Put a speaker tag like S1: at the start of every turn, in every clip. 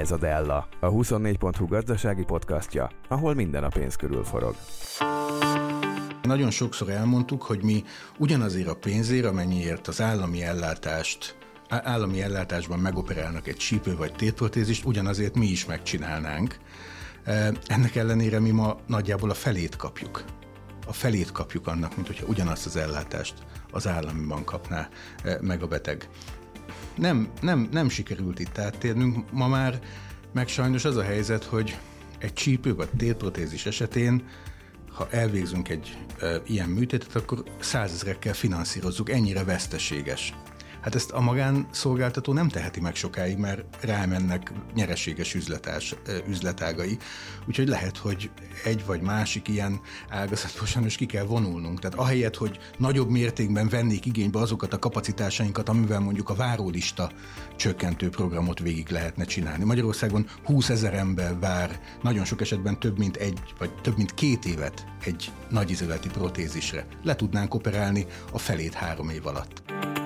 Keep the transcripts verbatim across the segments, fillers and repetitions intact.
S1: Ez a Della, a huszonnégy pont hu gazdasági podcastja, ahol minden a pénz körül forog.
S2: Nagyon sokszor elmondtuk, hogy mi ugyanazért a pénzért, amennyiért az állami ellátást, állami ellátásban megoperálnak egy csípő vagy tétprotézist, ugyanazért mi is megcsinálnánk. Ennek ellenére mi ma nagyjából a felét kapjuk. A felét kapjuk annak, mint hogyha ugyanazt az ellátást az államiban kapná meg a beteg. Nem, nem, nem sikerült itt áttérnünk. Ma már meg sajnos az a helyzet, hogy egy csípő vagy tétprotézis esetén, ha elvégzünk egy e, ilyen műtétet, akkor százezrekkel finanszírozzuk, ennyire veszteséges. Hát ezt a magánszolgáltató nem teheti meg sokáig, mert rámennek nyereséges üzletás, üzletágai. Úgyhogy lehet, hogy egy vagy másik ilyen ágazatból sajnos ki kell vonulnunk. Tehát ahelyett, hogy nagyobb mértékben vennék igénybe azokat a kapacitásainkat, amivel mondjuk a várólista csökkentő programot végig lehetne csinálni. Magyarországon húszezer ember vár, nagyon sok esetben több mint egy, vagy több mint két évet egy nagyizületi protézisre. Le tudnánk operálni a felét három év alatt.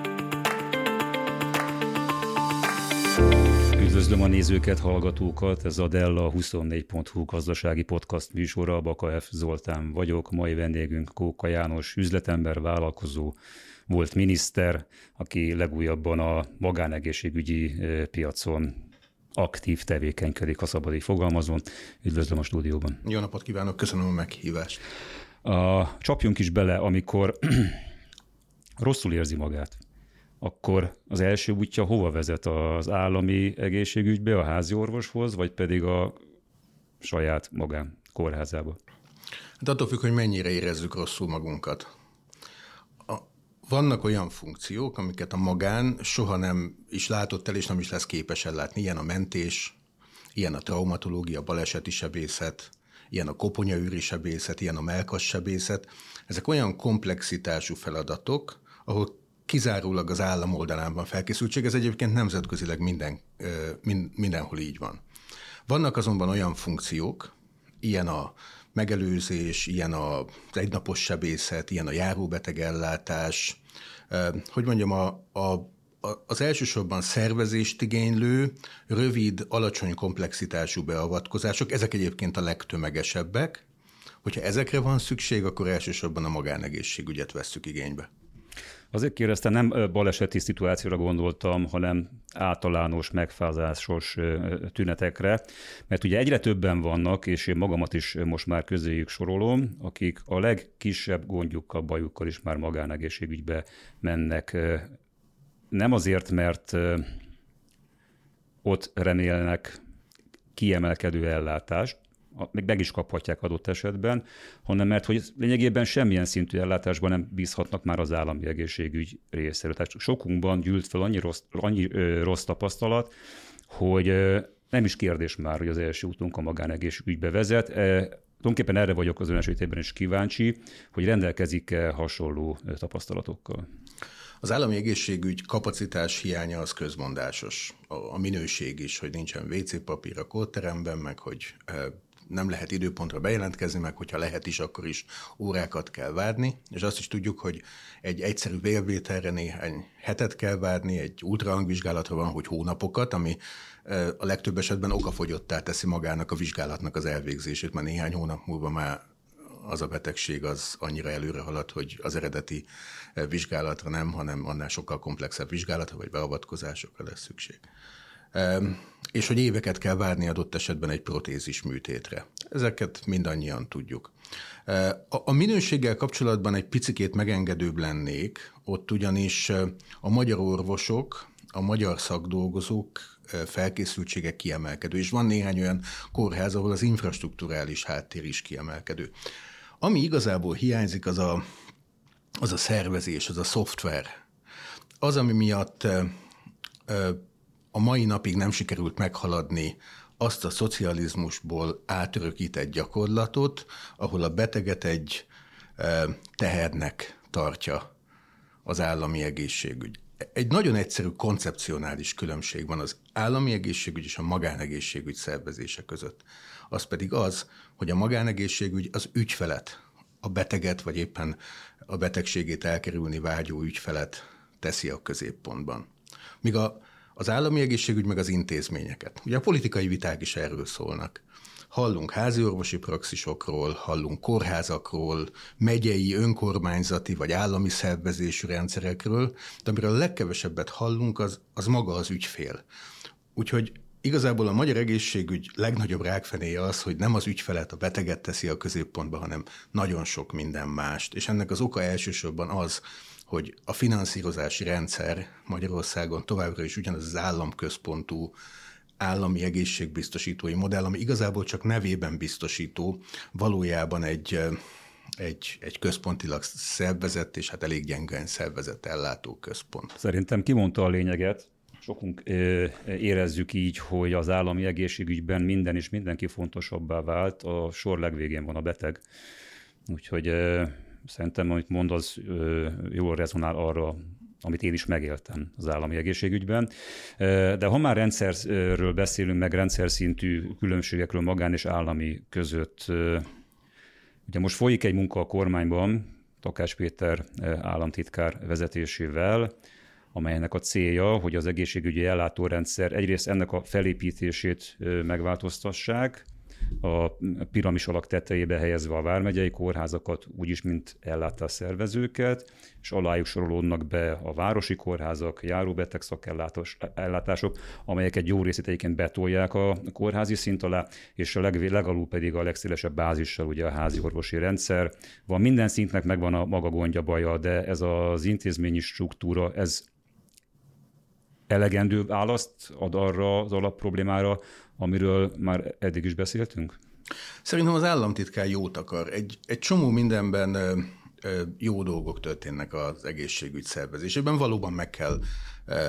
S3: Üdvözlöm a nézőket, hallgatókat, ez a Della huszonnégy pont hu gazdasági podcast műsora, Baka F. Zoltán vagyok, mai vendégünk Kóka János, üzletember, vállalkozó, volt miniszter, aki legújabban a magánegészségügyi piacon aktív tevékenykedik, ha szabad így fogalmazom. Üdvözlöm a stúdióban.
S2: Jó napot kívánok, köszönöm a meghívást.
S3: A, csapjunk is bele, amikor rosszul érzi magát, akkor az első útja hova vezet? Az állami egészségügybe, a házi orvoshoz, vagy pedig a saját magán kórházába?
S2: Hát attól függ, hogy mennyire érezzük rosszul magunkat. A, vannak olyan funkciók, amiket a magán soha nem is látott el, és nem is lesz képes ellátni. Ilyen a mentés, ilyen a traumatológia, baleseti sebészet, ilyen a koponyaűri sebészet, ilyen a mellkassebészet. Ezek olyan komplexitású feladatok, ahol kizárólag az állam oldalán van felkészültség, ez egyébként nemzetközileg minden, mindenhol így van. Vannak azonban olyan funkciók, ilyen a megelőzés, ilyen az egynapos sebészet, ilyen a járóbetegellátás, hogy mondjam, a, a, az elsősorban szervezést igénylő, rövid, alacsony komplexitású beavatkozások, ezek egyébként a legtömegesebbek. Hogyha ezekre van szükség, akkor elsősorban a magánegészségügyet vesszük igénybe.
S3: Azért kérdeztem, nem baleseti szituációra gondoltam, hanem általános megfázásos tünetekre, mert ugye egyre többen vannak, és én magamat is most már közéjük sorolom, akik a legkisebb gondjukkal, bajukkal is már magánegészségügybe mennek. Nem azért, mert ott remélnek kiemelkedő ellátást, még meg is kaphatják adott esetben, hanem mert hogy lényegében semmilyen szintű ellátásban nem bízhatnak már az állami egészségügy részéről. Tehát sokunkban gyűlt fel annyi rossz, annyi ö, rossz tapasztalat, hogy ö, nem is kérdés már, hogy az első útunk a magánegészségügybe vezet. E, tulajdonképpen erre vagyok az ön esetében is kíváncsi, hogy rendelkezik-e hasonló tapasztalatokkal.
S2: Az állami egészségügy kapacitás hiánya az közmondásos. A, a minőség is, hogy nincsen vé cé papír a kórteremben, meg hogy e, nem lehet időpontra bejelentkezni, meg hogyha lehet is, akkor is órákat kell várni, és azt is tudjuk, hogy egy egyszerű vérvételre néhány hetet kell várni, egy ultrahangvizsgálatra van, hogy hónapokat, ami a legtöbb esetben okafogyottá teszi magának a vizsgálatnak az elvégzését, mert néhány hónap múlva már az a betegség az annyira előre halad, hogy az eredeti vizsgálatra nem, hanem annál sokkal komplexebb vizsgálatra vagy beavatkozásokra lesz szükség. És hogy éveket kell várni adott esetben egy protézis műtétre. Ezeket mindannyian tudjuk. A minőséggel kapcsolatban egy picikét megengedőbb lennék, ott ugyanis a magyar orvosok, a magyar szakdolgozók felkészültsége kiemelkedő, és van néhány olyan kórház, ahol az infrastrukturális háttér is kiemelkedő. Ami igazából hiányzik, az a, az a szervezés, az a szoftver. Az, ami miatt a mai napig nem sikerült meghaladni azt a szocializmusból átörökített gyakorlatot, ahol a beteget egy tehernek tartja az állami egészségügy. Egy nagyon egyszerű koncepcionális különbség van az állami egészségügy és a magánegészségügy szervezése között. Az pedig az, hogy a magánegészségügy az ügyfelet, a beteget, vagy éppen a betegségét elkerülni vágyó ügyfelet teszi a középpontban. Míg a az állami egészségügy meg az intézményeket. Ugye a politikai viták is erről szólnak. Hallunk háziorvosi praxisokról, hallunk kórházakról, megyei, önkormányzati vagy állami szervezésű rendszerekről, de amiről a legkevesebbet hallunk, az, az maga az ügyfél. Úgyhogy igazából a magyar egészségügy legnagyobb rákfenéje az, hogy nem az ügyfelet, a beteget teszi a középpontba, hanem nagyon sok minden mást. És ennek az oka elsősorban az, hogy a finanszírozási rendszer Magyarországon továbbra is ugyanaz az államközpontú állami egészségbiztosítói modell, ami igazából csak nevében biztosító, valójában egy, egy, egy központilag szervezett, és hát elég gyengén szervezett ellátóközpont.
S3: Szerintem kimondta a lényeget. Sokunk érezzük így, hogy az állami egészségügyben minden és mindenki fontosabbá vált, a sor legvégén van a beteg. Úgyhogy szerintem, amit mond, az jól rezonál arra, amit én is megéltem az állami egészségügyben. De ha már rendszerről beszélünk, meg rendszer szintű különbségekről magán és állami között, ugye most folyik egy munka a kormányban, Takács Péter államtitkár vezetésével, amelynek a célja, hogy az egészségügyi ellátórendszer egyrészt ennek a felépítését megváltoztassák, a piramis alak tetejébe helyezve a vármegyei kórházakat, úgyis, mint ellátásszervezőket, és alájuk sorolódnak be a városi kórházak, járóbeteg szakellátások, amelyek egy jó részét egyébként betolják a kórházi szint alá, és a leg, legalul pedig a legszélesebb bázissal ugye a házi orvosi rendszer. Van minden szintnek megvan a maga gondja, baja, de ez az intézményi struktúra, ez elegendő választ ad arra az alapproblémára, amiről már eddig is beszéltünk?
S2: Szerintem az államtitkár jót akar. Egy, egy csomó mindenben ö, ö, jó dolgok történnek az egészségügy szervezésében. Valóban meg kell ö,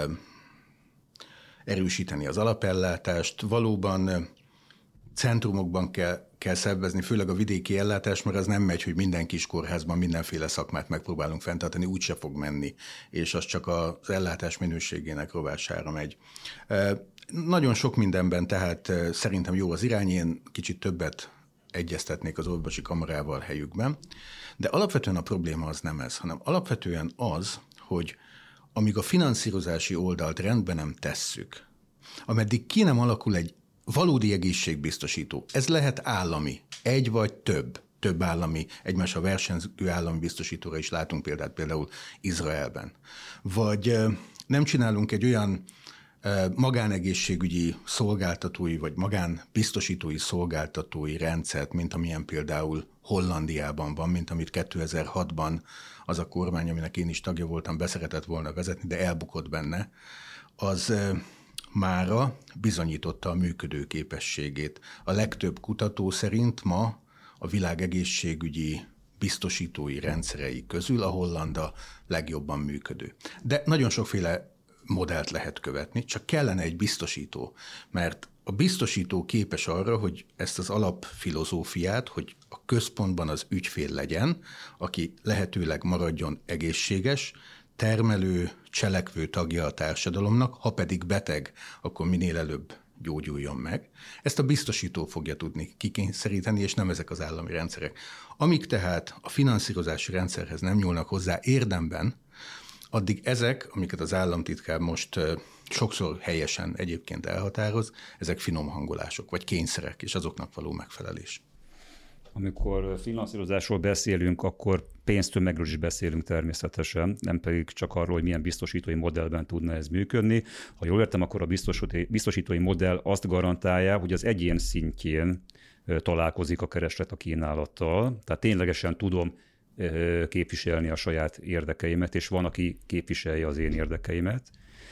S2: erősíteni az alapellátást, valóban ö, centrumokban kell, kell szervezni, főleg a vidéki ellátás, mert az nem megy, hogy minden kis kórházban mindenféle szakmát megpróbálunk fenntartani, úgyse fog menni, és az csak az ellátás minőségének rovására megy. Nagyon sok mindenben tehát szerintem jó az irány, én kicsit többet egyeztetnék az orvosi kamarával helyükben, de alapvetően a probléma az nem ez, hanem alapvetően az, hogy amíg a finanszírozási oldalt rendben nem tesszük, ameddig ki nem alakul egy valódi egészségbiztosító, ez lehet állami, egy vagy több, több állami, egymásra versenyző állami biztosítóra is látunk példát, például Izraelben. Vagy nem csinálunk egy olyan magánegészségügyi szolgáltatói, vagy magánbiztosítói szolgáltatói rendszert, mint amilyen például Hollandiában van, mint amit kétezer-hatban az a kormány, aminek én is tagja voltam, beszeretett volna vezetni, de elbukott benne, az mára bizonyította a működő képességét. A legtöbb kutató szerint ma a világ egészségügyi biztosítói rendszerei közül a hollanda legjobban működő. De nagyon sokféle modellt lehet követni, csak kellene egy biztosító, mert a biztosító képes arra, hogy ezt az alapfilozófiát, hogy a központban az ügyfél legyen, aki lehetőleg maradjon egészséges, termelő, cselekvő tagja a társadalomnak, ha pedig beteg, akkor minél előbb gyógyuljon meg. Ezt a biztosító fogja tudni kikényszeríteni, és nem ezek az állami rendszerek. Amíg tehát a finanszírozási rendszerhez nem nyúlnak hozzá érdemben, addig ezek, amiket az államtitkár most sokszor helyesen egyébként elhatároz, ezek finom hangolások, vagy kényszerek, és azoknak való megfelelés.
S3: Amikor finanszírozásról beszélünk, akkor pénztömegről is beszélünk természetesen, nem pedig csak arról, hogy milyen biztosítói modellben tudna ez működni. Ha jól értem, akkor a biztosítói modell azt garantálja, hogy az egyén szintjén találkozik a kereslet a kínálattal, tehát ténylegesen tudom képviselni a saját érdekeimet, és van, aki képviselje az én érdekeimet.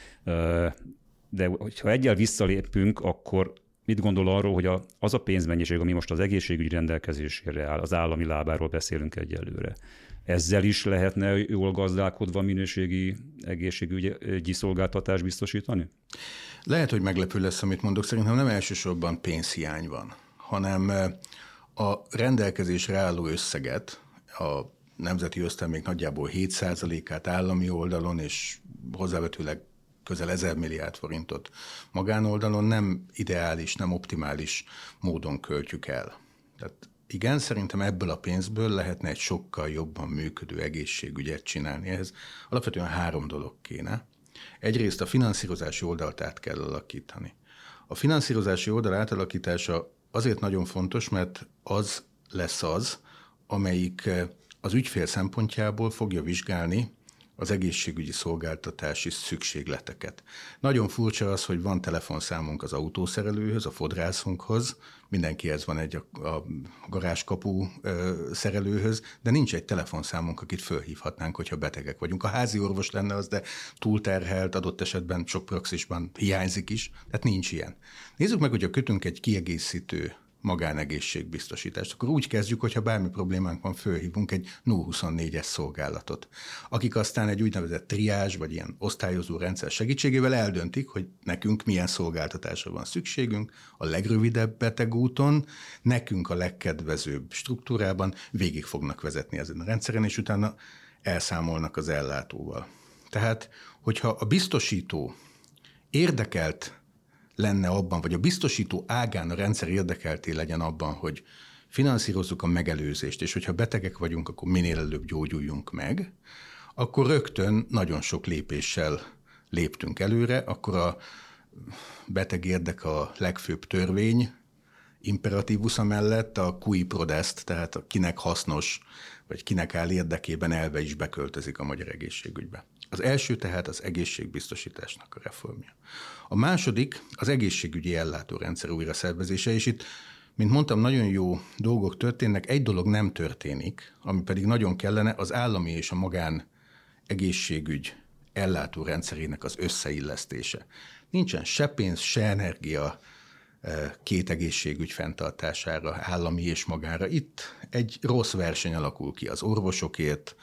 S3: De ha egyel visszalépünk, akkor mit gondol arról, hogy a, az a pénzmennyiség, ami most az egészségügy rendelkezésére áll, az állami lábáról beszélünk egyelőre, ezzel is lehetne jól gazdálkodva minőségi egészségügyi szolgáltatást biztosítani?
S2: Lehet, hogy meglepő lesz, amit mondok. Szerintem nem elsősorban pénzhiány van, hanem a rendelkezésre álló összeget, a nemzeti ösztermék nagyjából hét százalékát állami oldalon, és hozzávetőleg közel ezer milliárd forintot magánoldalon nem ideális, nem optimális módon költjük el. Tehát igen, szerintem ebből a pénzből lehetne egy sokkal jobban működő egészségügyet csinálni. Ehhez alapvetően három dolog kéne. Egyrészt a finanszírozási oldalt át kell alakítani. A finanszírozási oldal átalakítása azért nagyon fontos, mert az lesz az, amelyik az ügyfél szempontjából fogja vizsgálni az egészségügyi szolgáltatási szükségleteket. Nagyon furcsa az, hogy van telefonszámunk az autószerelőhöz, a fodrászunkhoz, mindenkihez van egy a, a garázskapu ö, szerelőhöz, de nincs egy telefonszámunk, akit fölhívhatnánk, hogyha betegek vagyunk. A házi orvos lenne az, de túlterhelt, adott esetben sok praxisban hiányzik is, tehát nincs ilyen. Nézzük meg, hogyha kötünk egy kiegészítő magánegészségbiztosítást, akkor úgy kezdjük, hogyha bármi problémánk van, fölhívunk egy nulla huszonnégyes szolgálatot, akik aztán egy úgynevezett triázs, vagy ilyen osztályozó rendszer segítségével eldöntik, hogy nekünk milyen szolgáltatásra van szükségünk, a legrövidebb betegúton, nekünk a legkedvezőbb struktúrában végig fognak vezetni ezen a rendszeren, és utána elszámolnak az ellátóval. Tehát, hogyha a biztosító érdekelt lenne abban, vagy a biztosító ágán a rendszer érdekelté legyen abban, hogy finanszírozzuk a megelőzést, és hogyha betegek vagyunk, akkor minél előbb gyógyuljunk meg, akkor rögtön nagyon sok lépéssel léptünk előre, akkor a beteg érdek a legfőbb törvény imperatívusza mellett a cui prodest, tehát a kinek hasznos, vagy kinek áll érdekében elve is beköltözik a magyar egészségügybe. Az első tehát az egészségbiztosításnak a reformja. A második az egészségügyi ellátórendszer újraszervezése, és itt, mint mondtam, nagyon jó dolgok történnek, egy dolog nem történik, ami pedig nagyon kellene, az állami és a magán egészségügy ellátórendszerének az összeillesztése. Nincsen se pénz, se energia két egészségügy fenntartására, állami és magára. Itt egy rossz verseny alakul ki az orvosokért,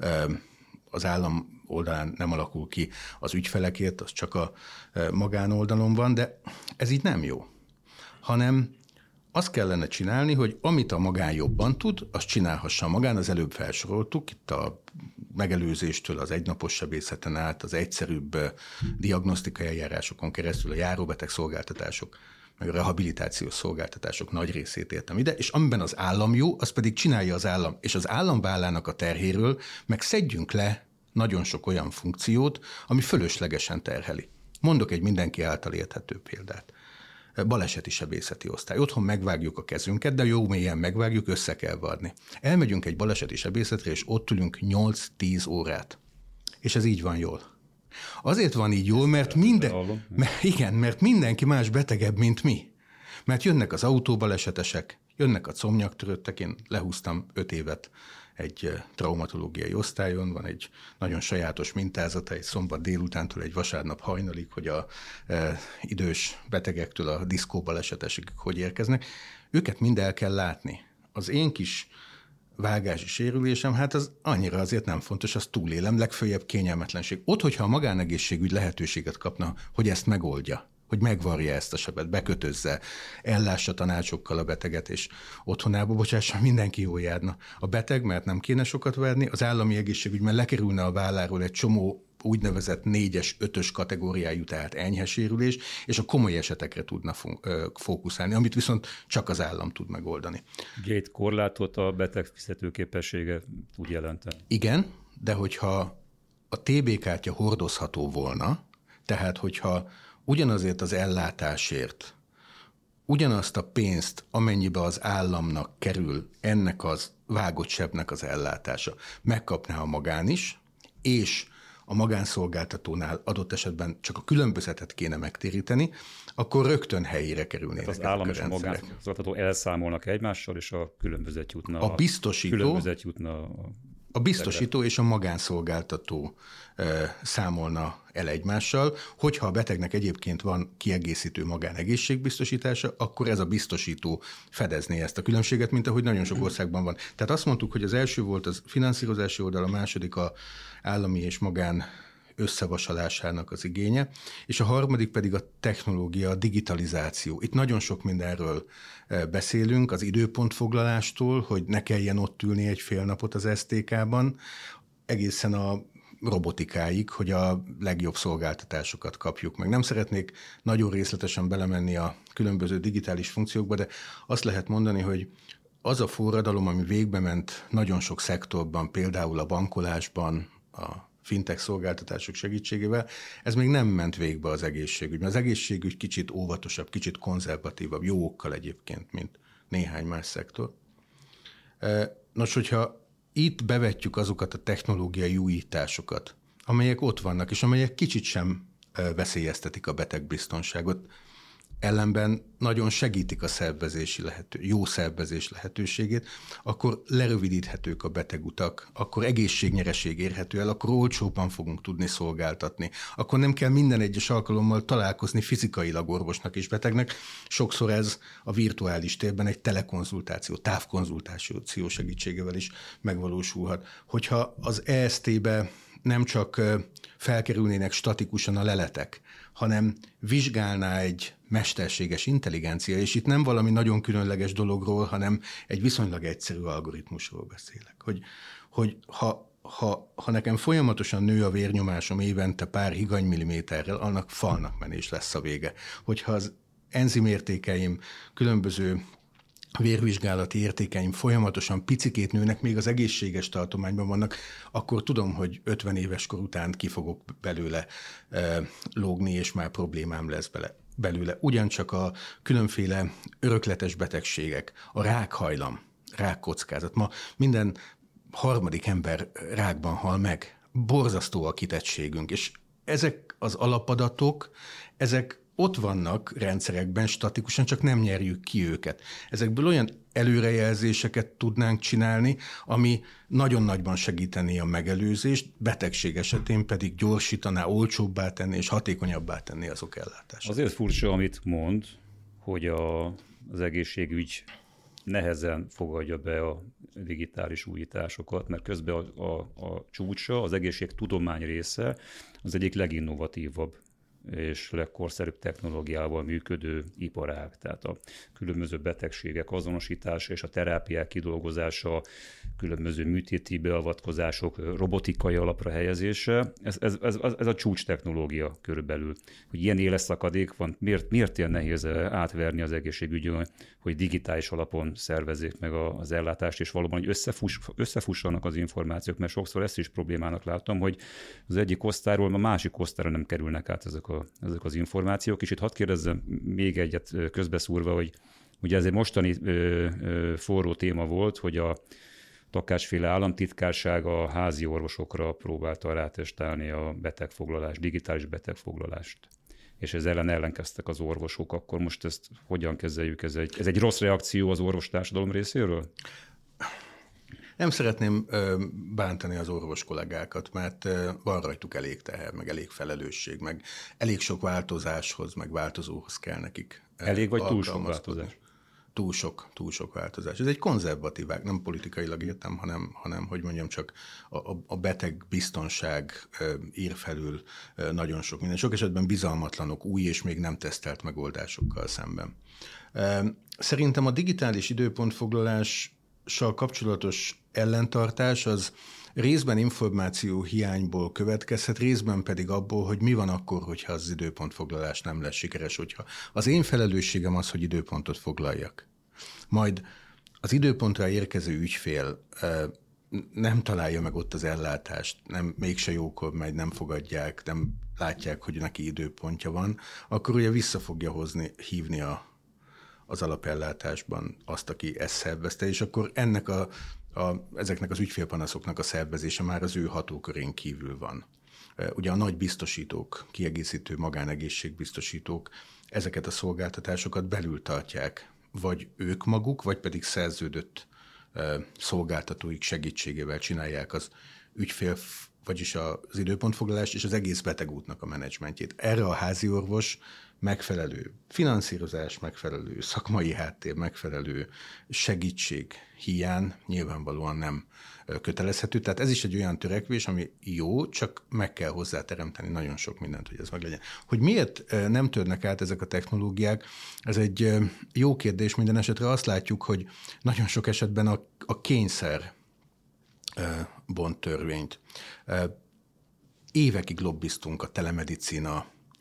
S2: az állam oldalán nem alakul ki az ügyfelekért, az csak a magánoldalon van, de ez így nem jó. Hanem azt kellene csinálni, hogy amit a magán jobban tud, azt csinálhassa a magán, az előbb felsoroltuk, itt a megelőzéstől az egynapos sebészeten át, az egyszerűbb diagnosztikai eljárásokon keresztül a járóbeteg szolgáltatások, meg a rehabilitációs szolgáltatások nagy részét értem ide, és amiben az állam jó, az pedig csinálja az állam, és az állam vállának a terhéről meg szedjünk le nagyon sok olyan funkciót, ami fölöslegesen terheli. Mondok egy mindenki által érthető példát. Baleseti sebészeti osztály. Otthon megvágjuk a kezünket, de jó mélyen megvágjuk, össze kell varni. Elmegyünk egy baleseti sebészetre, és ott ülünk nyolc-tíz órát. És ez így van jól. Azért van így jól, mert minden, mert igen, mert mindenki más betegebb, mint mi. Mert jönnek az autóbalesetesek, jönnek a combnyaktöröttek, én lehúztam öt évet egy traumatológiai osztályon, van egy nagyon sajátos mintázata, egy szombat délutántól egy vasárnap hajnalig, hogy a e, idős betegektől a diszkóbalesetesig hogy érkeznek. Őket mind el kell látni. Az én kis vágási sérülésem, hát az annyira azért nem fontos, az túlélem, legfőjebb kényelmetlenség. Ott, hogyha a magánegészségügy lehetőséget kapna, hogy ezt megoldja, hogy megvarja ezt a sebet, bekötözze, ellássa tanácsokkal a beteget, és otthonába bocsássa, mindenki jól járna. A beteg, mert nem kéne sokat verni, az állami egészségügy, mert lekerülne a válláról egy csomó úgynevezett négyes, ötös kategóriájú, tehát enyhe sérülés, és a komoly esetekre tudna fókuszálni, amit viszont csak az állam tud megoldani. Két
S3: korlátot a beteg fizetőképessége tud jelenteni.
S2: Igen, de hogyha a té bé kártya hordozható volna, tehát hogyha ugyanazért az ellátásért, ugyanazt a pénzt, amennyibe az államnak kerül ennek az vágott sebnek az ellátása, megkapná a magán is, és a magánszolgáltatónál adott esetben csak a különbözetet kéne megtéríteni, akkor rögtön helyére kerülnének
S3: az állam és a magánszolgáltató elszámolnak egymással, és a különbözet jutna
S2: a biztosító,
S3: a, különbözet jutna a,
S2: a biztosító és a magánszolgáltató e, számolna el egymással, hogyha a betegnek egyébként van kiegészítő magánegészségbiztosítása, akkor ez a biztosító fedezné ezt a különbséget, mint ahogy nagyon sok országban van. Tehát azt mondtuk, hogy az első volt az finanszírozási oldal, a második a állami és magán összevasalásának az igénye, és a harmadik pedig a technológia, a digitalizáció. Itt nagyon sok mindenről beszélünk, az időpontfoglalástól, hogy ne kelljen ott ülni egy fél napot az es té ká-ban, egészen a robotikáig, hogy a legjobb szolgáltatásokat kapjuk meg. Nem szeretnék nagyon részletesen belemenni a különböző digitális funkciókba, de azt lehet mondani, hogy az a forradalom, ami végbe ment nagyon sok szektorban, például a bankolásban, a fintech szolgáltatások segítségével, ez még nem ment végbe az egészségügyben. Az egészségügy kicsit óvatosabb, kicsit konzervatívabb, jó okkal egyébként, mint néhány más szektor. Nos, hogyha itt bevetjük azokat a technológiai újításokat, amelyek ott vannak, és amelyek kicsit sem veszélyeztetik a betegbiztonságot, ellenben nagyon segítik a szervezési lehető, jó szervezés lehetőségét, akkor lerövidíthetők a betegutak, akkor egészségnyereség érhető el, akkor olcsóban fogunk tudni szolgáltatni, akkor nem kell minden egyes alkalommal találkozni fizikailag orvosnak és betegnek. Sokszor ez a virtuális térben egy telekonzultáció, távkonzultáció segítségével is megvalósulhat. Hogyha az E S T-be nem csak felkerülnének statikusan a leletek, hanem vizsgálná egy mesterséges intelligencia, és itt nem valami nagyon különleges dologról, hanem egy viszonylag egyszerű algoritmusról beszélek. Hogy, hogy ha, ha, ha nekem folyamatosan nő a vérnyomásom évente pár higanymilliméterrel, annak falnak menés lesz a vége. Hogyha az enzimértékeim, különböző vérvizsgálati értékeim folyamatosan picikét nőnek, még az egészséges tartományban vannak, akkor tudom, hogy ötven éves kor után ki fogok belőle e, lógni, és már problémám lesz bele, belőle. Ugyancsak a különféle örökletes betegségek, a rákhajlam, rákkockázat. Ma minden harmadik ember rákban hal meg. Borzasztó a kitettségünk, és ezek az alapadatok, ezek ott vannak rendszerekben statikusan, csak nem nyerjük ki őket. Ezekből olyan előrejelzéseket tudnánk csinálni, ami nagyon nagyban segítené a megelőzést, betegség esetén pedig gyorsítaná, olcsóbbá tenni és hatékonyabbá tenni azok ellátását.
S3: Azért furcsa, amit mond, hogy a, az egészségügy nehezen fogadja be a digitális újításokat, mert közben a, a, a csúcsa, az egészségtudomány része az egyik leginnovatívabb és legkorszerűbb technológiával működő iparág. Tehát a különböző betegségek azonosítása és a terápiák kidolgozása, különböző műtéti beavatkozások robotikai alapra helyezése, ez, ez, ez, ez a csúcs technológia körülbelül. Hogy ilyen éles szakadék van, miért, miért ilyen nehéz átverni az egészségügyön, hogy digitális alapon szervezzék meg az ellátást, és valóban, hogy összefuss, összefussanak az információk, mert sokszor ezt is problémának látom, hogy az egyik osztályról a másik osztályra nem kerülnek át ezek, a, ezek az információk, és itt hadd kérdezzem még egyet közbeszúrva, hogy ugye ez egy mostani ö, ö, forró téma volt, hogy a Takácsféle államtitkárság a házi orvosokra próbálta rátestálni a betegfoglalást, digitális betegfoglalást. És ez ellen ellenkeztek az orvosok, akkor most ezt hogyan kezeljük? Ez egy, ez egy rossz reakció az orvostársadalom részéről?
S2: Nem szeretném ö, bántani az orvos kollégákat, mert ö, van rajtuk elég teher, meg elég felelősség, meg elég sok változáshoz, meg változóhoz kell nekik.
S3: Elég vagy túl sok változás?
S2: Túl sok, túl sok változás. Ez egy konzervatív ág, nem politikailag értem, hanem, hanem hogy mondjam, csak a, a beteg biztonság ír felül nagyon sok minden. Sok esetben bizalmatlanok új és még nem tesztelt megoldásokkal szemben. Szerintem a digitális időpontfoglalással kapcsolatos ellentartás az részben információ hiányból következhet, részben pedig abból, hogy mi van akkor, hogyha az időpontfoglalás nem lesz sikeres, hogyha az én felelősségem az, hogy időpontot foglaljak. Majd az időpontra érkező ügyfél nem találja meg ott az ellátást, nem, mégse jókor megy, nem fogadják, nem látják, hogy neki időpontja van, akkor ugye vissza fogja hozni, hívni a, az alapellátásban azt, aki ezt szervezte, és akkor ennek a A, ezeknek az ügyfélpanaszoknak a szervezése már az ő hatókörén kívül van. Ugye a nagy biztosítók, kiegészítő magánegészségbiztosítók ezeket a szolgáltatásokat belül tartják, vagy ők maguk, vagy pedig szerződött szolgáltatóik segítségével csinálják az ügyfél, vagyis az időpontfoglalást és az egész betegútnak a menedzsmentjét. Erre a házi orvos megfelelő finanszírozás, megfelelő szakmai háttér, megfelelő segítség hiány nyilvánvalóan nem kötelezhető. Tehát ez is egy olyan törekvés, ami jó, csak meg kell hozzá teremteni nagyon sok mindent, hogy ez meg legyen. Hogy miért nem törnek át ezek a technológiák, ez egy jó kérdés. Minden esetre azt látjuk, hogy nagyon sok esetben a, a kényszer bont törvényt. Évekig lobbiztunk a telemedicina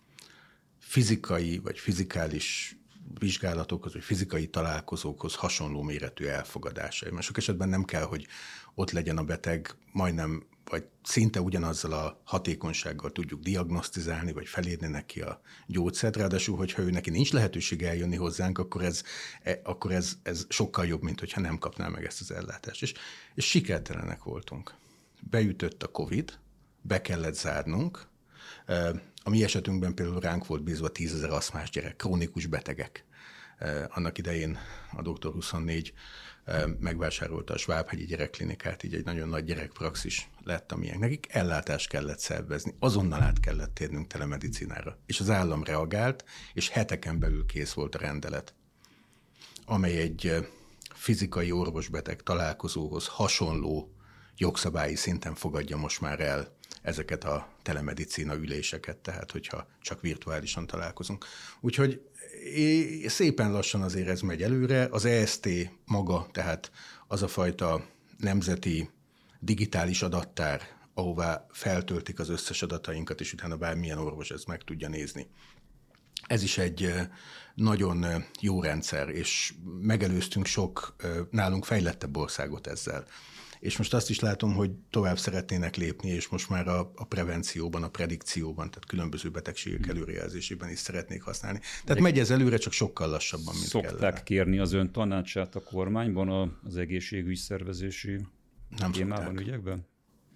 S2: fizikai vagy fizikális vizsgálatokhoz, vagy fizikai találkozókhoz hasonló méretű elfogadása. Mert sok esetben nem kell, hogy ott legyen a beteg majdnem vagy szinte ugyanazzal a hatékonysággal tudjuk diagnosztizálni, vagy felírni neki a gyógyszert. Ráadásul, hogyha ő neki nincs lehetősége eljönni hozzánk, akkor ez, akkor ez, ez sokkal jobb, mint hogyha nem kapná meg ezt az ellátást. És, és sikertelenek voltunk. Beütött a Covid, be kellett zárnunk. A mi esetünkben például ránk volt bízva tízezer aszmás gyerek, krónikus betegek. Annak idején a doktor huszonnégy megvásárolta a Svábhegyi Gyerekklinikát, így egy nagyon nagy gyerekpraxis lett, amilyen nekik ellátást kellett szervezni, azonnal át kellett térnünk telemedicinára. És az állam reagált, és heteken belül kész volt a rendelet, amely egy fizikai orvos-beteg találkozóhoz hasonló jogszabályi szinten fogadja most már el ezeket a telemedicina üléseket, tehát hogyha csak virtuálisan találkozunk. Úgyhogy szépen lassan azért ez megy előre. Az E S T maga, tehát az a fajta nemzeti digitális adattár, ahová feltöltik az összes adatainkat, és utána bármilyen orvos ezt meg tudja nézni. Ez is egy nagyon jó rendszer, és megelőztünk sok nálunk fejlettebb országot ezzel. És most azt is látom, hogy tovább szeretnének lépni, és most már a, a prevencióban, a predikcióban, tehát különböző betegségek előrejelzésében is szeretnék használni. Tehát megy ez előre, csak sokkal lassabban, mint
S3: Szokták kellene. Szokták kérni az ön tanácsát a kormányban az egészségügy szervezési
S2: Nem
S3: témában,
S2: szokták.
S3: ügyekben?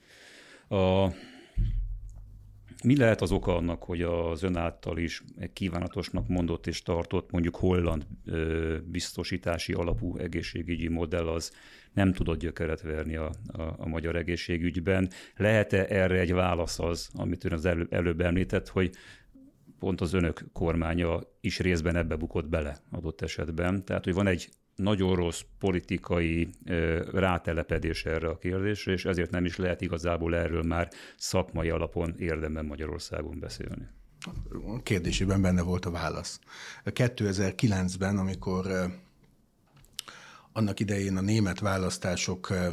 S3: A, mi lehet az oka annak, hogy az ön által is kívánatosnak mondott és tartott mondjuk holland ö, biztosítási alapú egészségügyi modell az nem tudott gyökeret verni a, a, a magyar egészségügyben? Lehet-e erre egy válasz az, amit ön az előbb, előbb említett, hogy pont az önök kormánya is részben ebbe bukott bele adott esetben? Tehát, hogy van egy nagyon rossz politikai ö, rátelepedés erre a kérdésre, és ezért nem is lehet igazából erről már szakmai alapon érdemben Magyarországon beszélni.
S2: A kérdésében benne volt a válasz. kétezer-kilencben, amikor ö, annak idején a német választásokra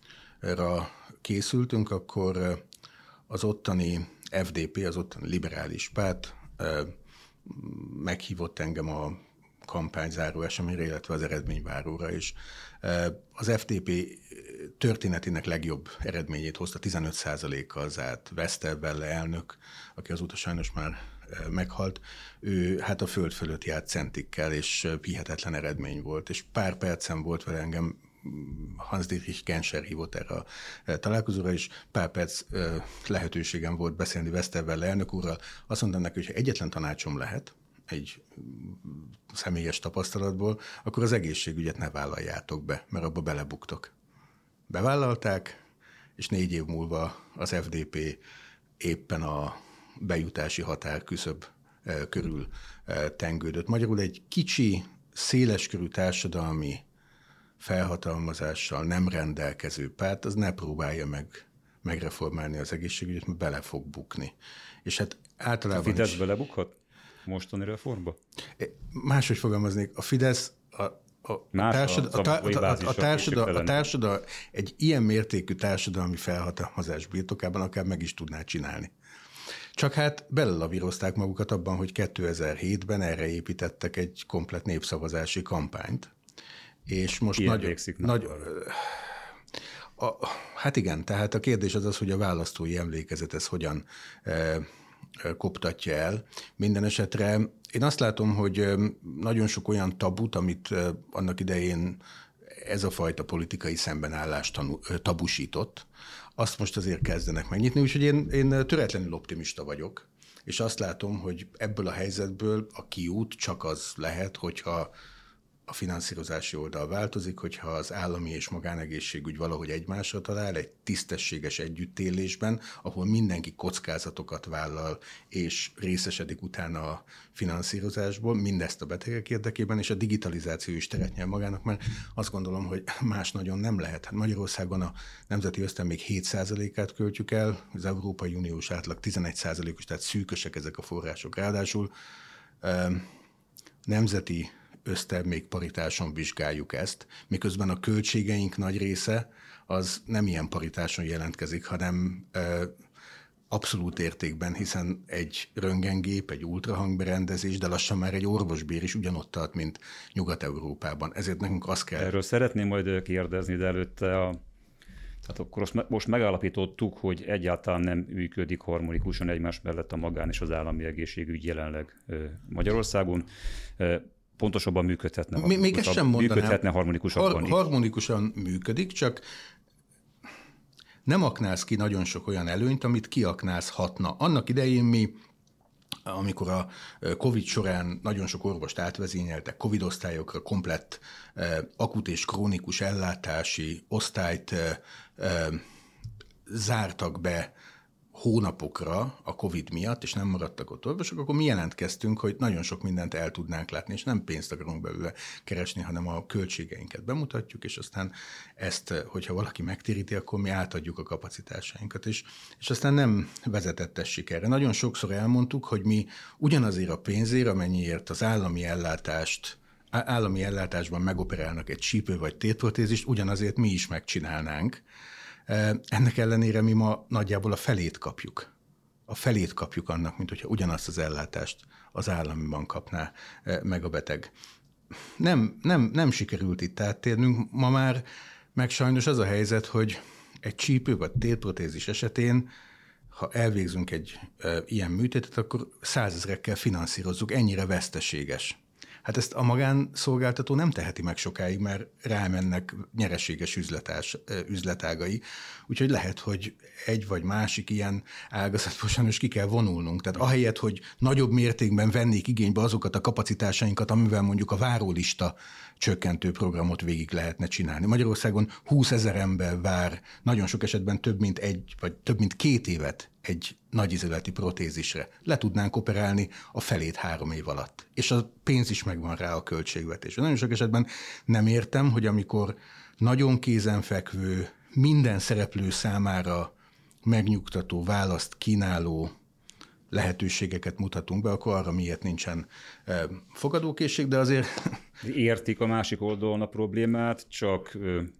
S2: készültünk, akkor ö, az ottani F D P, az ottani liberális párt ö, meghívott engem a kampányzáró eseményre, illetve az eredményváróra is. Az F D P történetének legjobb eredményét hozta, tizenöt százalékkal zárt. Westerwelle elnök, aki azóta sajnos már meghalt, ő hát a föld fölött járt centikkel, és hihetetlen eredmény volt. És pár percen volt vele, engem Hans-Dietrich Genscher hívott erre a találkozóra, és pár perc lehetőségem volt beszélni Westerwelle elnök úrral. Azt mondtam neki, hogy ha egyetlen tanácsom lehet, egy személyes tapasztalatból, akkor az egészségügyet ne vállaljátok be, mert abba belebuktok. Bevállalták, és négy év múlva az F D P éppen a bejutási határküszöb körül tengődött. Magyarul egy kicsi, széleskörű társadalmi felhatalmazással nem rendelkező párt, az ne próbálja meg megreformálni az egészségügyet, mert bele fog bukni. És hát általában...
S3: A Fidesz
S2: is...
S3: belebukhat mostani reformba?
S2: Máshogy fogalmaznék, a Fidesz a, a, társad, a, a, a, a, társadal, a társadal, egy ilyen mértékű társadalmi felhatalmazás birtokában akár meg is tudná csinálni. Csak hát belelavírozták magukat abban, hogy kétezer-hétben erre építettek egy komplett népszavazási kampányt. És most
S3: Ilyen
S2: nagy, nagy, a, hát igen, tehát a kérdés az az, hogy a választói emlékezet ez hogyan e, koptatja el. Minden esetre én azt látom, hogy nagyon sok olyan tabut, amit annak idején ez a fajta politikai szembenállás tanú, tabusított, azt most azért kezdenek megnyitni, úgyhogy én, én töretlenül optimista vagyok, és azt látom, hogy ebből a helyzetből a kiút csak az lehet, hogyha a finanszírozási oldal változik, hogyha az állami és magánegészségügy valahogy egymásra talál egy tisztességes együttélésben, ahol mindenki kockázatokat vállal és részesedik utána a finanszírozásból, mindezt a betegek érdekében, és a digitalizáció is teret nyer magának, mert azt gondolom, hogy más nagyon nem lehet. Hát Magyarországon a nemzeti ösztön még hét százalékát költjük el, az Európai Uniós átlag tizenegy százalékos, tehát szűkösek ezek a források. Ráadásul nemzeti ösztermék paritáson vizsgáljuk ezt, miközben a költségeink nagy része az nem ilyen paritáson jelentkezik, hanem ö, abszolút értékben, hiszen egy röntgengép, egy ultrahangberendezés, de lassan már egy orvosbér is ugyanott tart, mint Nyugat-Európában. Ezért nekünk azt kell...
S3: Erről szeretném majd kérdezni, de előtte a Tehát akkor azt most megállapítottuk, hogy egyáltalán nem működik harmonikusan egymás mellett a magán és az állami egészségügy jelenleg Magyarországon. Pontosabban működhetne.
S2: Még, még ezt sem mondanám.
S3: Működhetne harmonikusabban
S2: Har- harmonikusan működik, csak nem aknáz ki nagyon sok olyan előnyt, amit kiaknázhatna. Annak idején mi, amikor a Covid során nagyon sok orvost átvezényeltek, Covid osztályokra komplett eh, akut és krónikus ellátási osztályt eh, eh, zártak be hónapokra a Covid miatt, és nem maradtak ott orvosok, akkor mi jelentkeztünk, hogy nagyon sok mindent el tudnánk látni, és nem pénzt akarunk belőle keresni, hanem a költségeinket bemutatjuk, és aztán ezt, hogyha valaki megtéríti, akkor mi átadjuk a kapacitásainkat, és, és aztán nem vezetett ez sikerre. Nagyon sokszor elmondtuk, hogy mi ugyanazért a pénzért, amennyiért az állami ellátást állami ellátásban megoperálnak egy sípő vagy tétprotézist, ugyanazért mi is megcsinálnánk. Ennek ellenére mi ma nagyjából a felét kapjuk. A felét kapjuk annak, mint hogyha ugyanazt az ellátást az államiban kapná meg a beteg. Nem, nem, nem sikerült itt áttérnünk ma már, meg sajnos az a helyzet, hogy egy csípő vagy tétprotézis esetén, ha elvégzünk egy e, ilyen műtétet, akkor százezrekkel finanszírozzuk, ennyire veszteséges. Hát ezt a magánszolgáltató nem teheti meg sokáig, mert rámennek nyereséges üzletás, üzletágai, úgyhogy lehet, hogy egy vagy másik ilyen ágazatból sajnos ki kell vonulnunk. Tehát ahelyett, hogy nagyobb mértékben vennék igénybe azokat a kapacitásainkat, amivel mondjuk a várólista csökkentő programot végig lehetne csinálni. Magyarországon húszezer ember vár, nagyon sok esetben több mint egy, vagy több mint két évet egy nagyizületi protézisre. Le tudnánk operálni a felét három év alatt. És a pénz is megvan rá a költségvetésre. Nagyon sok esetben nem értem, hogy amikor nagyon kézenfekvő, minden szereplő számára megnyugtató, választ kínáló lehetőségeket mutatunk be, akkor arra miért nincsen fogadókészség, de azért...
S3: Értik a másik oldalon a problémát, csak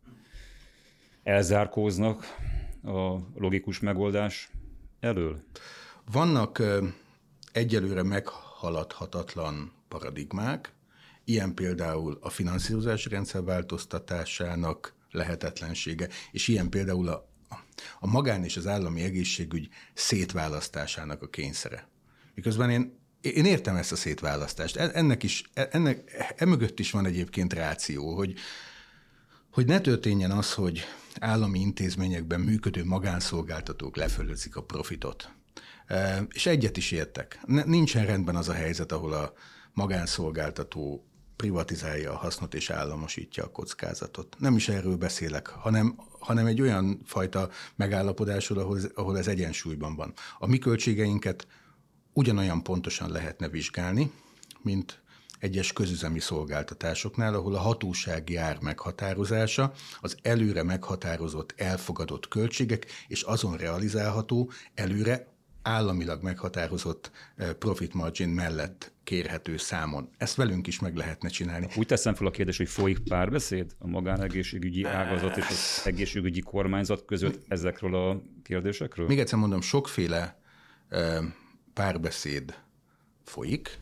S3: elzárkóznak a logikus megoldás elől?
S2: Vannak egyelőre meghaladhatatlan paradigmák, ilyen például a finanszírozási rendszer változtatásának lehetetlensége, és ilyen például a, a magán és az állami egészségügy szétválasztásának a kényszere. Miközben én, én értem ezt a szétválasztást. Ennek is, ennek, emögött is van egyébként ráció, hogy, hogy ne történjen az, hogy állami intézményekben működő magánszolgáltatók lefölözik a profitot. És egyet is értek. Nincsen rendben az a helyzet, ahol a magánszolgáltató privatizálja a hasznot és államosítja a kockázatot. Nem is erről beszélek, hanem, hanem egy olyan fajta megállapodásról, ahol, ahol ez egyensúlyban van. A mi költségeinket ugyanolyan pontosan lehetne vizsgálni, mint egyes közüzemi szolgáltatásoknál, ahol a hatósági ár meghatározása, az előre meghatározott, elfogadott költségek, és azon realizálható, előre államilag meghatározott profit margin mellett kérhető számon. Ezt velünk is meg lehetne csinálni.
S3: Úgy teszem fel a kérdést, hogy folyik párbeszéd a magánegészségügyi ágazat és az egészségügyi kormányzat között ezekről a kérdésekről?
S2: Még egyszer mondom, sokféle párbeszéd folyik.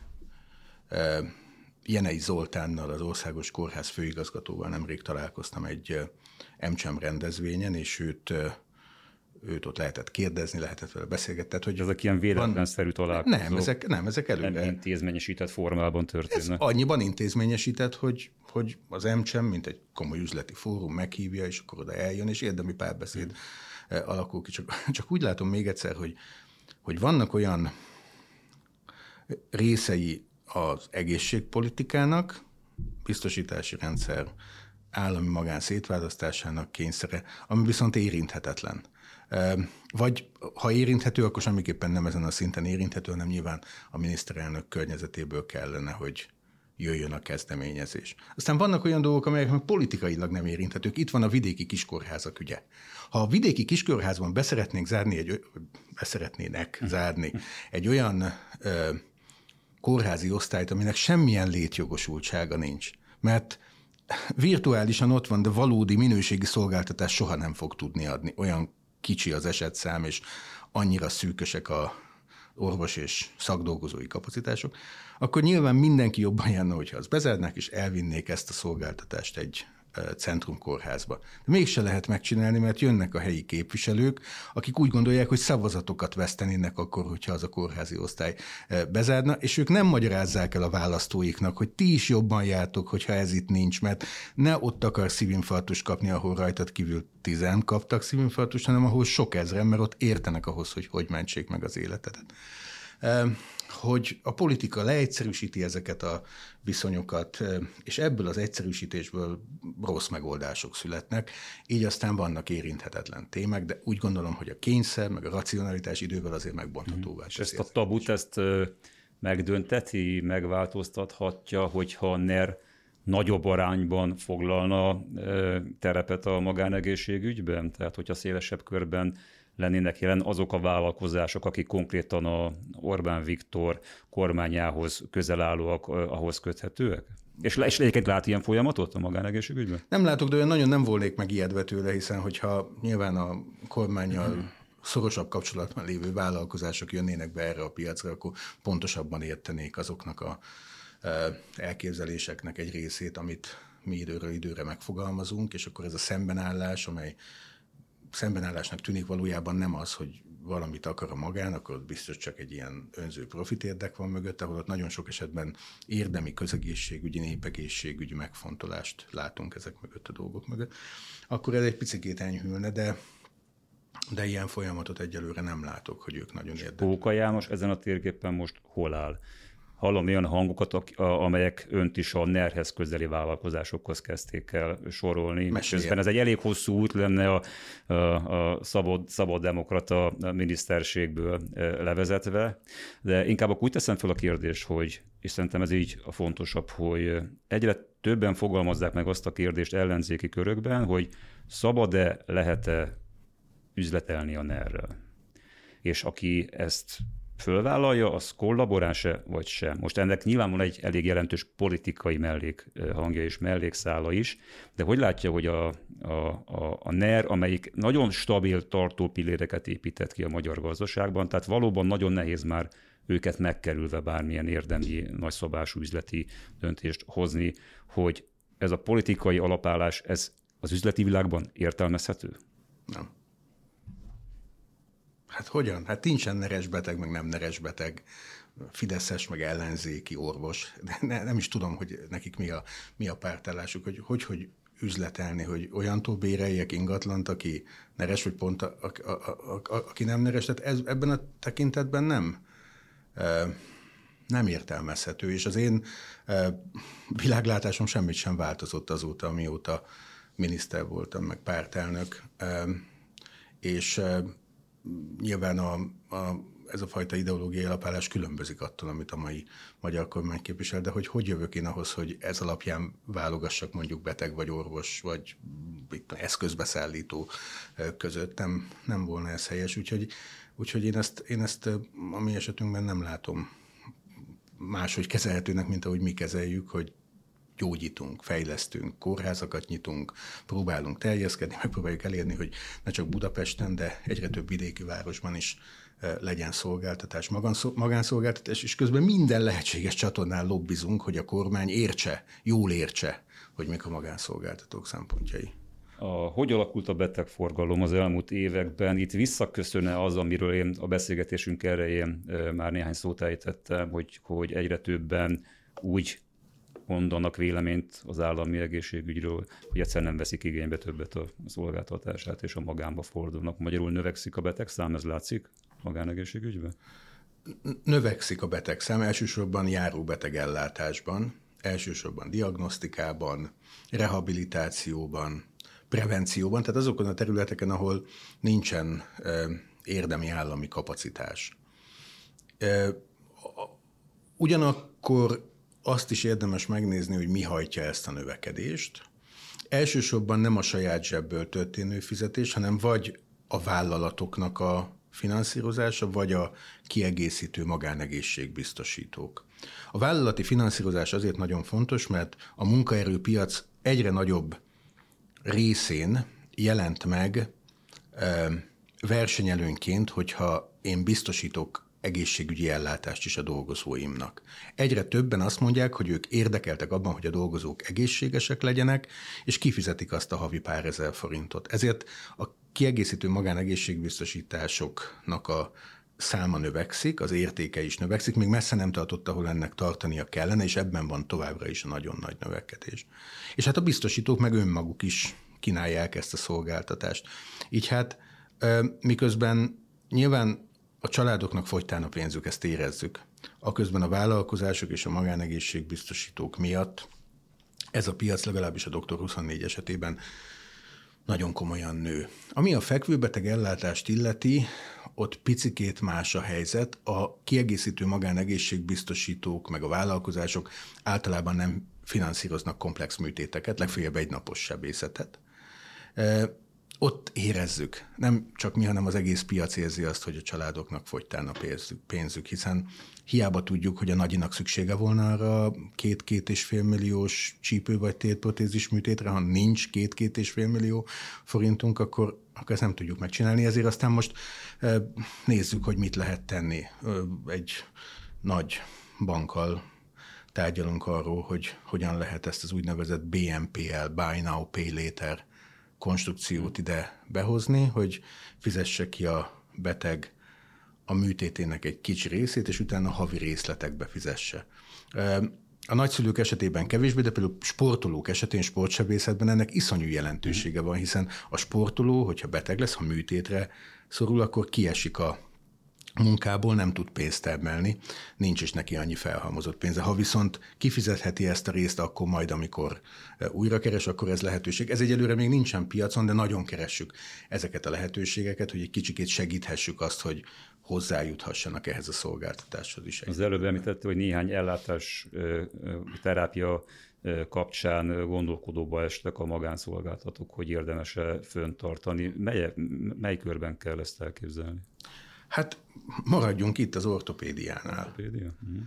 S2: Jenei Zoltánnal, az Országos Kórház főigazgatóval nemrég találkoztam egy EmCsem rendezvényen, és őt, őt ott lehetett kérdezni, lehetett vele beszélgetni. Hogy
S3: ezek ilyen véletlenszerű találkozók?
S2: Nem, ezek, nem, ezek előre.
S3: Nem intézményesített formában történnek.
S2: Ez annyiban intézményesített, hogy, hogy az EmCsem, mint egy komoly üzleti fórum meghívja, és akkor oda eljön, és érdemi párbeszéd hmm. alakul ki. Csak, csak úgy látom még egyszer, hogy, hogy vannak olyan részei az egészségpolitikának, biztosítási rendszer állami magán szétválasztásának kényszere, ami viszont érinthetetlen. Vagy ha érinthető, akkor semmiképpen nem ezen a szinten érinthető, hanem nyilván a miniszterelnök környezetéből kellene, hogy jöjjön a kezdeményezés. Aztán vannak olyan dolgok, amelyek meg politikailag nem érinthetők. Itt van a vidéki kiskórházak ügye. Ha a vidéki kiskórházban beszeretnénk zárni, egy, beszeretnének zárni egy olyan ö, kórházi osztályt, aminek semmilyen létjogosultsága nincs, mert virtuálisan ott van, de valódi minőségi szolgáltatást soha nem fog tudni adni. Olyan kicsi az esetszám, és annyira szűkösek a orvos és szakdolgozói kapacitások, akkor nyilván mindenki jobban járna, hogyha azt bezárnák, és elvinnék ezt a szolgáltatást egy centrumkórházba. De mégse lehet megcsinálni, mert jönnek a helyi képviselők, akik úgy gondolják, hogy szavazatokat vesztenének akkor, hogyha az a kórházi osztály bezárna, és ők nem magyarázzák el a választóiknak, hogy ti is jobban jártok, hogyha ez itt nincs, mert ne ott akar szívinfarktust kapni, ahol rajtad kívül tizen kaptak szívinfarktust, hanem ahol sok ezren, mert ott értenek ahhoz, hogy hogy mentsék meg az életedet. Hogy a politika leegyszerűsíti ezeket a viszonyokat, és ebből az egyszerűsítésből rossz megoldások születnek, így aztán vannak érinthetetlen témák, de úgy gondolom, hogy a kényszer, meg a racionalitás idővel azért megbonthatóvá.
S3: És ezt a tabut, ezt megdönteti, megváltoztathatja, hogyha a NER nagyobb arányban foglalna terepet a magánegészségügyben? Tehát, hogyha szélesebb körben lennének jelen azok a vállalkozások, akik konkrétan a Orbán Viktor kormányához közel állóak, ahhoz köthetőek? És, és egyébként lát ilyen folyamatot a magánegészségügyben? Nem
S2: látok, de olyan nagyon nem volnék megijedve tőle, hiszen hogyha nyilván a kormánnyal hmm. szorosabb kapcsolatban lévő vállalkozások jönnének be erre a piacra, akkor pontosabban értenék azoknak a elképzeléseknek egy részét, amit mi időről időre megfogalmazunk, és akkor ez a szembenállás, amely szembenállásnak tűnik, valójában nem az, hogy valamit akar a magán, akkor ott biztos csak egy ilyen önző profit érdek van mögött, ahol ott nagyon sok esetben érdemi közegészségügyi, népegészségügyi megfontolást látunk ezek mögött a dolgok mögött. Akkor ez egy picikét enyhülne, de, de ilyen folyamatot egyelőre nem látok, hogy ők nagyon érdekelnek.
S3: Póka János ezen a térképen most hol áll? Hallom olyan hangokat, amelyek önt is a NER-hez közeli vállalkozásokhoz kezdték el sorolni. Közben ez egy elég hosszú út lenne a, a, a szabad, szabad demokrata miniszterségből levezetve, de inkább akkor úgy teszem fel a kérdést, hogy, és szerintem ez így a fontosabb, hogy egyre többen fogalmazzák meg azt a kérdést ellenzéki körökben, hogy szabad-e, lehet-e üzletelni a NER-rel. És aki ezt fölvállalja, az kollaboráns-e vagy sem. Most ennek nyilván van egy elég jelentős politikai mellékhangja és mellékszála is, de hogy látja, hogy a, a, a, a NER, amelyik nagyon stabil tartópilléreket épített ki a magyar gazdaságban, tehát valóban nagyon nehéz már őket megkerülve bármilyen érdemi, nagyszabású üzleti döntést hozni, hogy ez a politikai alapállás, ez az üzleti világban értelmezhető?
S2: Nem. Hát hogyan? Hát nincsen neres beteg, meg nem neres beteg, fideszes, meg ellenzéki orvos. De ne, nem is tudom, hogy nekik mi a, mi a pártállásuk, hogy, hogy hogy üzletelni, hogy olyantól béreljek ingatlant, aki neres, vagy pont a, a, a, a, a, aki nem neres. Tehát ez, ebben a tekintetben nem, e, nem értelmezhető. És az én e, világlátásom semmit sem változott azóta, amióta miniszter voltam, meg pártelnök. E, és e, nyilván a, a, ez a fajta ideológiai alapállás különbözik attól, amit a mai magyar kormány képvisel, de hogy hogy jövök én ahhoz, hogy ez alapján válogassak mondjuk beteg vagy orvos, vagy eszközbeszállító között, nem, nem volna ez helyes. Úgyhogy, úgyhogy én, ezt, én ezt a mi esetünkben nem látom máshogy kezelhetőnek, mint ahogy mi kezeljük, hogy gyógyítunk, fejlesztünk, kórházakat nyitunk, próbálunk terjeszkedni, megpróbáljuk elérni, hogy ne csak Budapesten, de egyre több vidéki városban is legyen szolgáltatás, magánszolgáltatás, és közben minden lehetséges csatornán lobbizunk, hogy a kormány értse, jól értse, hogy mik a magánszolgáltatók szempontjai.
S3: A, hogy alakult a betegforgalom az elmúlt években? Itt visszaköszönne az, amiről én a beszélgetésünk elején már néhány szót ejtettem, hogy, hogy egyre többen úgy mondanak véleményt az állami egészségügyről, hogy egyszerűen nem veszik igénybe többet a szolgáltatását, és a magánba fordulnak. Magyarul növekszik a betegszám, ez látszik magánegészségügyben?
S2: Növekszik a betegszám, elsősorban járóbeteg ellátásban, elsősorban diagnosztikában, rehabilitációban, prevencióban, tehát azokon a területeken, ahol nincsen e, érdemi állami kapacitás. E, ugyanakkor azt is érdemes megnézni, hogy mi hajtja ezt a növekedést. Elsősorban nem a saját zsebből történő fizetés, hanem vagy a vállalatoknak a finanszírozása, vagy a kiegészítő magánegészségbiztosítók. A vállalati finanszírozás azért nagyon fontos, mert a munkaerőpiac egyre nagyobb részén jelent meg versenyelőnként, hogyha én biztosítok egészségügyi ellátást is a dolgozóimnak. Egyre többen azt mondják, hogy ők érdekeltek abban, hogy a dolgozók egészségesek legyenek, és kifizetik azt a havi pár ezer forintot. Ezért a kiegészítő magánegészségbiztosításoknak a száma növekszik, az értéke is növekszik, még messze nem tartott, ahol ennek tartania kellene, és ebben van továbbra is a nagyon nagy növekedés. És hát a biztosítók meg önmaguk is kínálják ezt a szolgáltatást. Így hát miközben nyilván a családoknak fogytán a pénzük, ezt érezzük. Aközben a vállalkozások és a magánegészségbiztosítók miatt ez a piac legalábbis a doktor huszonnégy esetében nagyon komolyan nő. Ami a fekvőbeteg ellátást illeti, ott picikét más a helyzet. A kiegészítő magánegészségbiztosítók meg a vállalkozások általában nem finanszíroznak komplex műtéteket, legfeljebb egy napos sebészetet. Ott érezzük, nem csak mi, hanem az egész piac érzi azt, hogy a családoknak fogytán a pénzük, pénzük, hiszen hiába tudjuk, hogy a nagyinak szüksége volna arra két-két és fél milliós csípő vagy tétprotézis műtétre, ha nincs két-két és fél millió forintunk, akkor, akkor ezt nem tudjuk megcsinálni. Ezért aztán most nézzük, hogy mit lehet tenni. Egy nagy bankkal tárgyalunk arról, hogy hogyan lehet ezt az úgynevezett bé en pé el, Buy Now, Pay Later konstrukciót ide behozni, hogy fizesse ki a beteg a műtétének egy kicsi részét, és utána havi részletekbe fizesse. A nagyszülők esetében kevésbé, de például sportolók esetén, sportsebészetben ennek iszonyú jelentősége van, hiszen a sportoló, hogyha beteg lesz, ha műtétre szorul, akkor kiesik a munkából, nem tud pénzt termelni, nincs is neki annyi felhalmozott pénze. Ha viszont kifizetheti ezt a részt, akkor majd, amikor újra keres, akkor ez lehetőség. Ez egyelőre még nincsen piacon, de nagyon keressük ezeket a lehetőségeket, hogy egy kicsikét segíthessük azt, hogy hozzájuthassanak ehhez a szolgáltatáshoz is.
S3: Az előbb említette, hogy néhány ellátás terápia kapcsán gondolkodóba estek a magánszolgáltatók, hogy érdemes-e föntartani. Mely, mely körben kell ezt elképzelni?
S2: Hát maradjunk itt az ortopédiánál.
S3: Ortopédia?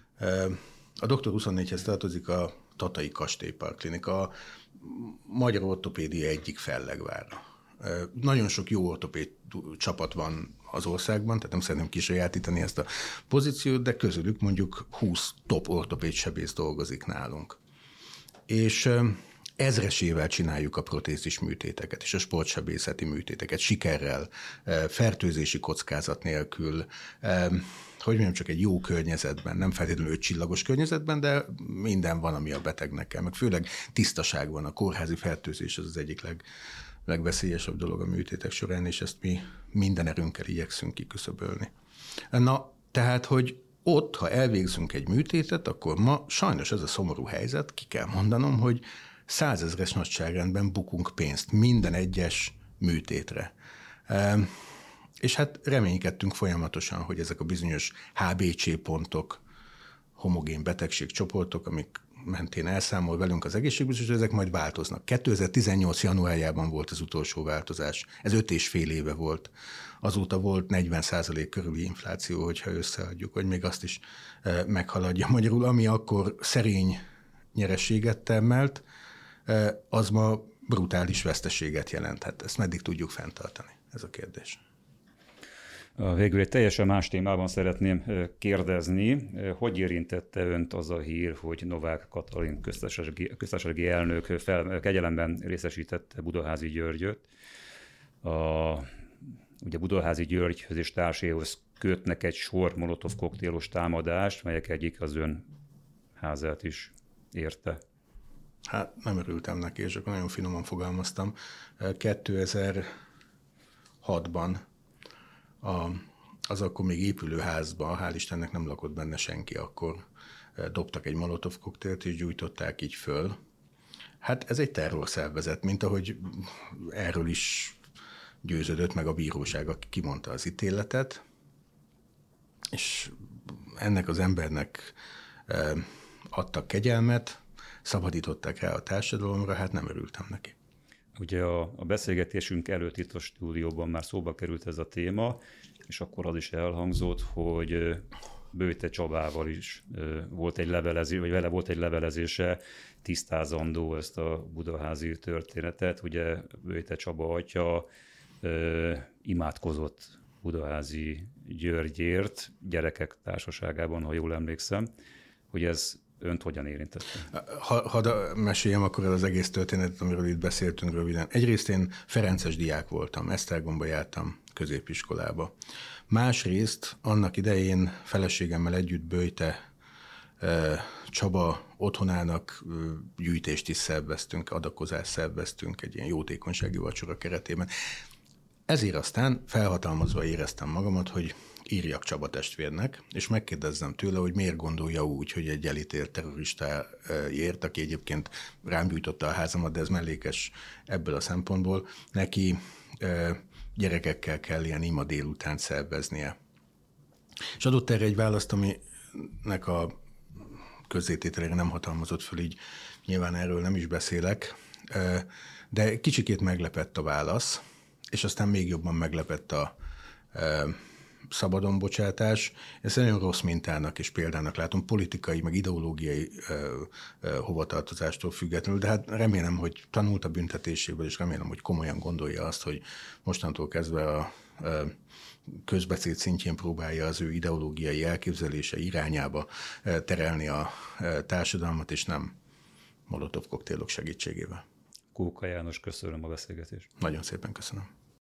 S2: A doktor huszonnégyhez tartozik a Tatai Kastélyparkklinika, a magyar ortopédia egyik fellegvára. Nagyon sok jó ortopéd csapat van az országban, tehát nem szeretném kisajátítani ezt a pozíciót, de közülük mondjuk húsz top ortopéd sebész dolgozik nálunk. És ezresével csináljuk a protézis műtéteket és a sportsebészeti műtéteket sikerrel, fertőzési kockázat nélkül, hogy mondjam, csak egy jó környezetben, nem feltétlenül ötcsillagos környezetben, de minden van, ami a betegnek kell, meg főleg tisztaság van, a kórházi fertőzés az az egyik leg, legveszélyesebb dolog a műtétek során, és ezt mi minden erőnkkel igyekszünk kiküszöbölni. Na, tehát, hogy ott, ha elvégzünk egy műtétet, akkor ma sajnos ez a szomorú helyzet, ki kell mondanom, hogy százezres nagyságrendben bukunk pénzt minden egyes műtétre. E, és hát reménykedtünk folyamatosan, hogy ezek a bizonyos há bé cé pontok, homogén betegségcsoportok, amik mentén elszámol velünk az egészségbiztosító, ezek majd változnak. kétezer-tizennyolc januárjában volt az utolsó változás. Ez öt és fél éve volt. Azóta volt negyven százalék körüli infláció, hogyha összeadjuk, hogy még azt is e, meghaladja. Magyarul, ami akkor szerény nyereséget termelt, az ma brutális veszteséget jelenthet. Ezt meddig tudjuk fenntartani? Ez a kérdés.
S3: Végül egy teljesen más témában szeretném kérdezni, hogy érintette önt az a hír, hogy Novák Katalin köztársasági, köztársasági elnök fel, kegyelemben részesítette Budaházy Györgyöt. A, ugye Budaházy Györgyhöz és társéhoz kötnek egy sor molotov koktélos támadást, melyek egyik az ön házát is érte.
S2: Hát nem örültem neki, és akkor nagyon finoman fogalmaztam. kétezer-hatban a, az akkor még épülő házban, hál' Istennek nem lakott benne senki, akkor dobtak egy molotov koktélt, és gyújtották így föl. Hát ez egy terrorszervezet, mint ahogy erről is győződött meg a bíróság, aki kimondta az ítéletet, és ennek az embernek adtak kegyelmet, szabadították rá a társadalomra, hát nem örültem neki.
S3: Ugye a, a beszélgetésünk előtt itt a stúdióban már szóba került ez a téma, és akkor az is elhangzott, hogy Böjte Csabával is volt egy levelezés, vagy vele volt egy levelezése, tisztázandó ezt a budaházi történetet. Ugye Böjte Csaba atya imádkozott Budaházi Györgyért, gyerekek társaságában, ha jól emlékszem, hogy ez önt hogyan érintette?
S2: Ha, hadd meséljem akkor el az egész történetet, amiről itt beszéltünk röviden. Egyrészt én ferences diák voltam, Esztergomba jártam középiskolába. Másrészt annak idején feleségemmel együtt Böjte Csaba otthonának gyűjtést is szerveztünk, adakozást szerveztünk egy ilyen jótékonysági vacsora keretében. Ezért aztán felhatalmazva éreztem magamat, hogy írjak Csaba testvérnek, és megkérdezzem tőle, hogy miért gondolja úgy, hogy egy elítélt terroristáért, aki egyébként rám gyújtotta a házamat, de ez mellékes ebből a szempontból, neki gyerekekkel kell ilyen ima délután szerveznie. És adott erre egy választ, aminek a közzétételére nem hatalmazott föl, így nyilván erről nem is beszélek, de kicsikét meglepett a válasz, és aztán még jobban meglepett a szabadonbocsátás. Ezt nagyon rossz mintának és példának látom, politikai, meg ideológiai ö, ö, hovatartozástól függetlenül, de hát remélem, hogy tanult a büntetéséből, és remélem, hogy komolyan gondolja azt, hogy mostantól kezdve a ö, közbeszéd szintjén próbálja az ő ideológiai elképzelése irányába ö, terelni a ö, társadalmat, és nem Molotov koktélok segítségével.
S3: Kóka János, köszönöm a beszélgetést.
S2: Nagyon szépen köszönöm.